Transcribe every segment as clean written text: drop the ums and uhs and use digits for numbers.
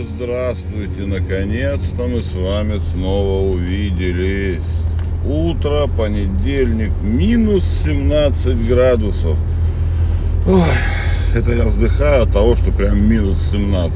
здравствуйте, наконец-то мы с вами снова увиделись. Утро, понедельник, минус 17 градусов. Ой, это я вздыхаю от того, что прям минус 17.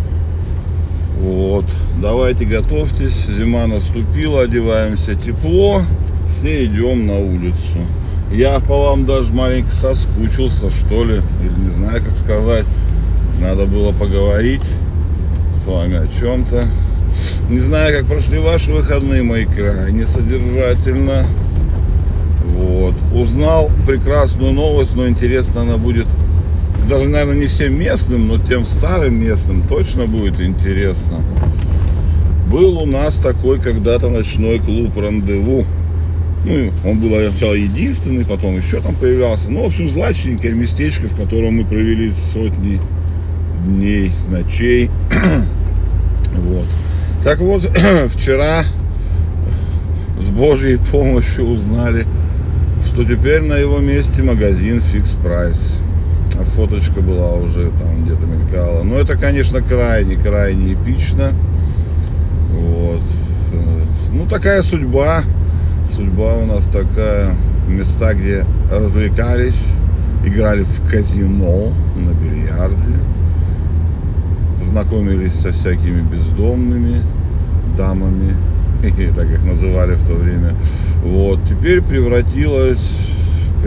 Вот, давайте готовьтесь, зима наступила, одеваемся тепло, все идем на улицу. Я по вам даже маленько соскучился, что ли, или не знаю, как сказать. Надо было поговорить с вами о чем-то. Не знаю, как прошли ваши выходные мои, крайне содержательно. Вот. Узнал прекрасную новость, но интересно она будет даже, наверное, не всем местным, но тем старым местным точно будет интересно. Был у нас такой когда-то ночной клуб «Рандеву». Ну, он был сначала единственный, потом еще там появлялся. Ну, в общем, злачненькое местечко, в котором мы провели сотни дней, ночей. Вот. Так вот, вчера с Божьей помощью узнали, что теперь на его месте магазин Fix Price. А фоточка была уже там где-то мелькала. Но это, конечно, крайне эпично. Вот. Ну, такая судьба. Судьба у нас такая. Места, где развлекались, играли в казино, на бильярде, знакомились со всякими бездомными дамами, так их называли в то время. Вот, теперь превратилась в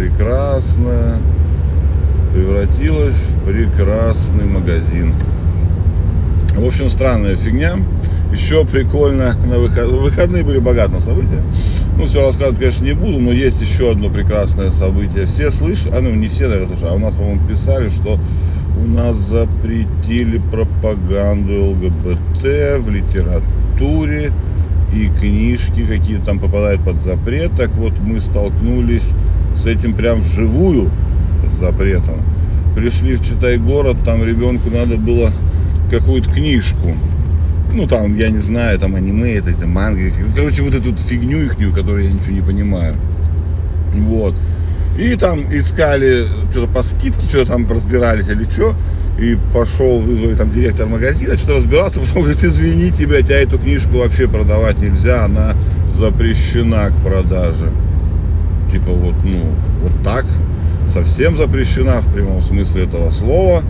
прекрасный магазин. В общем, странная фигня. Еще прикольно, на выходные были богаты на события. Ну, все рассказывать, конечно, не буду, но есть еще одно прекрасное событие. Все слышали, ну не все, наверное, слышали, а у нас, по-моему, писали, что у нас запретили пропаганду ЛГБТ в литературе, и книжки какие-то там попадают под запрет. Так вот, мы столкнулись с этим прям вживую, с запретом. Пришли в Читай-город, там ребенку надо было какую-то книжку. Ну, там, я не знаю, там аниме, это манга. Короче, вот эту вот фигню ихнюю, которую я ничего не понимаю. Вот. И там искали что-то по скидке, что-то там разбирались или что. И пошел, вызвали там директор магазина, что-то разбирался. Потом говорит: извините, блядь, а эту книжку вообще продавать нельзя, она запрещена к продаже. Типа вот, ну, вот так. Совсем запрещена в прямом смысле этого слова.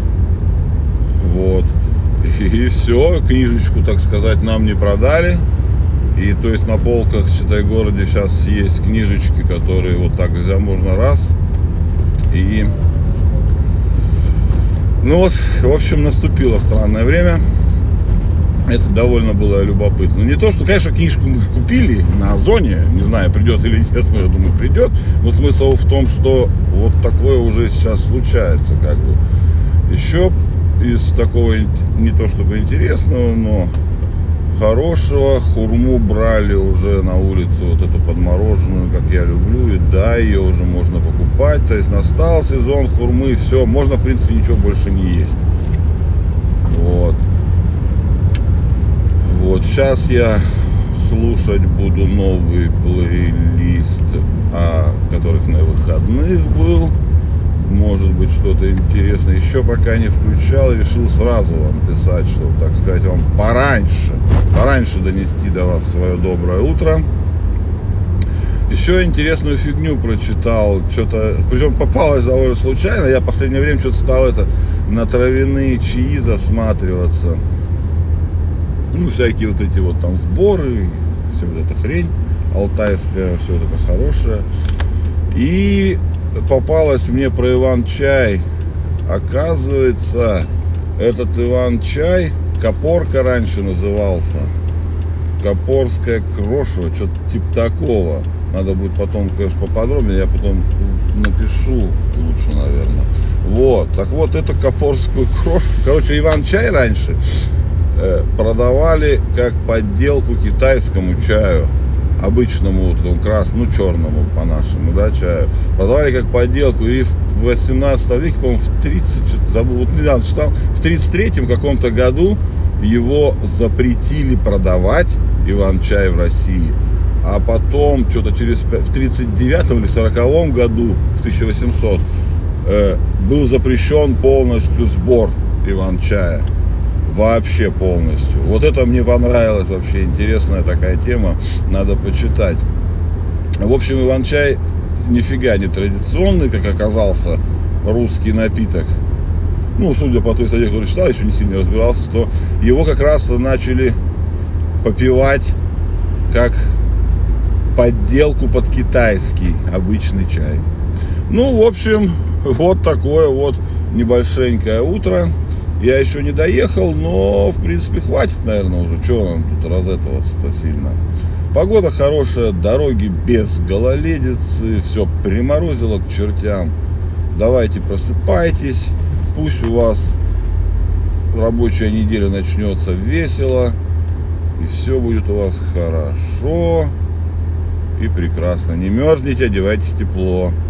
Вот. И все, книжечку, так сказать, нам не продали. И то есть на полках в Читай-городе сейчас есть книжечки, которые вот так взять можно раз. И ну вот, в общем, наступило странное время. Это довольно было любопытно. Не то, что, конечно, книжку мы купили на Озоне. Не знаю, придет или нет, но я думаю, придет. Но смысл в том, что вот такое уже сейчас случается, как бы. Еще из такого, не то чтобы интересного, но хорошего, хурму брали уже на улицу, вот эту подмороженную, как я люблю, и да, ее уже можно покупать. То есть настал сезон хурмы, все, можно, в принципе, ничего больше не есть. Вот. Вот, сейчас я слушать буду новый плейлист, которых на выходных был. Может быть, что-то интересное. Еще пока не включал, решил сразу вам писать, чтобы, так сказать, вам пораньше донести до вас свое доброе утро. Еще интересную фигню прочитал, что-то, причем попалось довольно случайно. Я в последнее время что-то стал на травяные чаи засматриваться. Ну, всякие вот эти вот там сборы, все вот эта хрень алтайская, все это хорошее. И попалось мне про Иван-чай. Оказывается, этот Иван-чай Копорка раньше назывался. Копорская крошево, что-то типа такого. Надо будет потом, конечно, поподробнее, я потом напишу лучше, наверное. Вот, так вот, эту Копорскую крошево. Короче, Иван-чай раньше продавали как подделку китайскому чаю. Обычному, вот, красному, ну, черному по-нашему, да, чаю. Продавали как подделку. И в 18 веке, по-моему, в 30, забыл, вот недавно читал, в 33-м каком-то году его запретили продавать, Иван-чай, в России. А потом, что-то в 39-м или 40-м году, в 1800, был запрещен полностью сбор Иван-чая вообще полностью. Вот это мне понравилось, вообще интересная такая тема, надо почитать. В общем, иван-чай нифига не традиционный, как оказался, русский напиток. Ну, судя по той статье, которую читал, еще не сильно разбирался, то его как раз начали попивать как подделку под китайский обычный чай. Ну, в общем, вот такое вот небольшенькое утро. Я еще не доехал, но, в принципе, хватит, наверное, уже. Чего нам тут разэтоваться-то сильно? Погода хорошая, дороги без гололедицы, все приморозило к чертям. Давайте просыпайтесь, пусть у вас рабочая неделя начнется весело, и все будет у вас хорошо и прекрасно. Не мерзните, одевайтесь тепло.